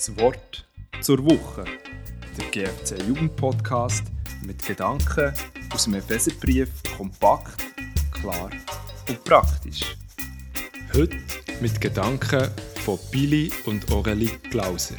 Das Wort zur Woche. Der GFC Jugendpodcast mit Gedanken aus dem Epheserbrief kompakt, klar und praktisch. Heute mit Gedanken von Billy und Aurélie Glauser.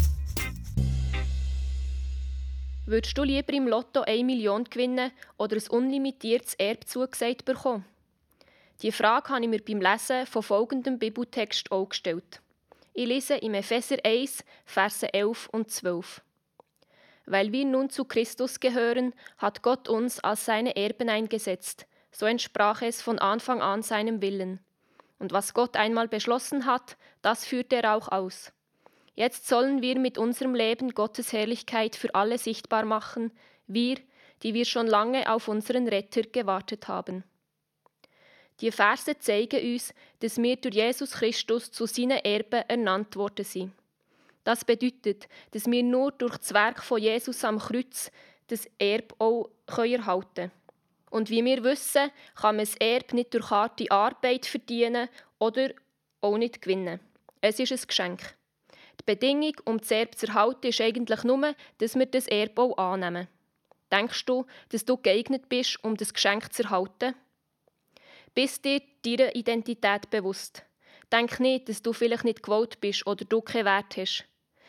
Würdest du lieber im Lotto 1 Million gewinnen oder ein unlimitiertes Erbe zugesagt bekommen? Diese Frage habe ich mir beim Lesen von folgendem Bibeltext auch gestellt. Ich lese im Epheser 1, Verse 11 und 12. Weil wir nun zu Christus gehören, hat Gott uns als seine Erben eingesetzt. So entsprach es von Anfang an seinem Willen. Und was Gott einmal beschlossen hat, das führt er auch aus. Jetzt sollen wir mit unserem Leben Gottes Herrlichkeit für alle sichtbar machen, wir, die wir schon lange auf unseren Retter gewartet haben. Die Verse zeigen uns, dass wir durch Jesus Christus zu seinen Erben ernannt worden sind. Das bedeutet, dass wir nur durch das Werk von Jesus am Kreuz das Erbe auch erhalten können. Und wie wir wissen, kann man das Erbe nicht durch harte Arbeit verdienen oder auch nicht gewinnen. Es ist ein Geschenk. Die Bedingung, um das Erbe zu erhalten, ist eigentlich nur, dass wir das Erbe auch annehmen. Denkst du, dass du geeignet bist, um das Geschenk zu erhalten? Bist dir deiner Identität bewusst? Denk nicht, dass du vielleicht nicht gewollt bist oder du keinen Wert hast.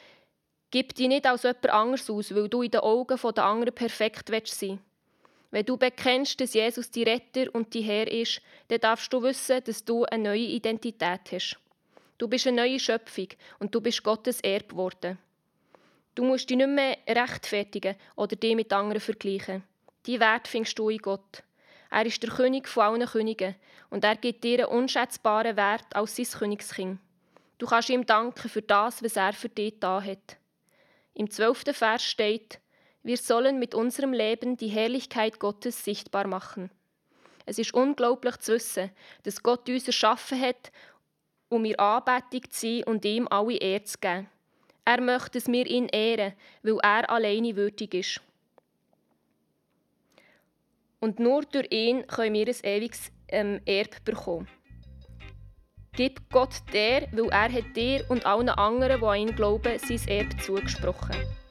Gib dich nicht als jemand anderes aus, weil du in den Augen der anderen perfekt sein willst. Wenn du bekennst, dass Jesus dein Retter und dein Herr ist, dann darfst du wissen, dass du eine neue Identität hast. Du bist eine neue Schöpfung und du bist Gottes Erbe geworden. Du musst dich nicht mehr rechtfertigen oder dich mit anderen vergleichen. Dein Wert findest du in Gott. Er ist der König von allen Königen und er gibt dir einen unschätzbaren Wert als sein Königskind. Du kannst ihm danken für das, was er für dich getan hat. Im 12. Vers steht: Wir sollen mit unserem Leben die Herrlichkeit Gottes sichtbar machen. Es ist unglaublich zu wissen, dass Gott uns erschaffen hat, um in Anbetung zu sein und ihm alle Ehre zu geben. Er möchte, dass wir ihn ehren, weil er alleine würdig ist. Und nur durch ihn können wir ein ewiges Erbe bekommen. Gib Gott der, weil er hat dir und allen anderen, die an ihn glauben, sein Erbe zugesprochen hat.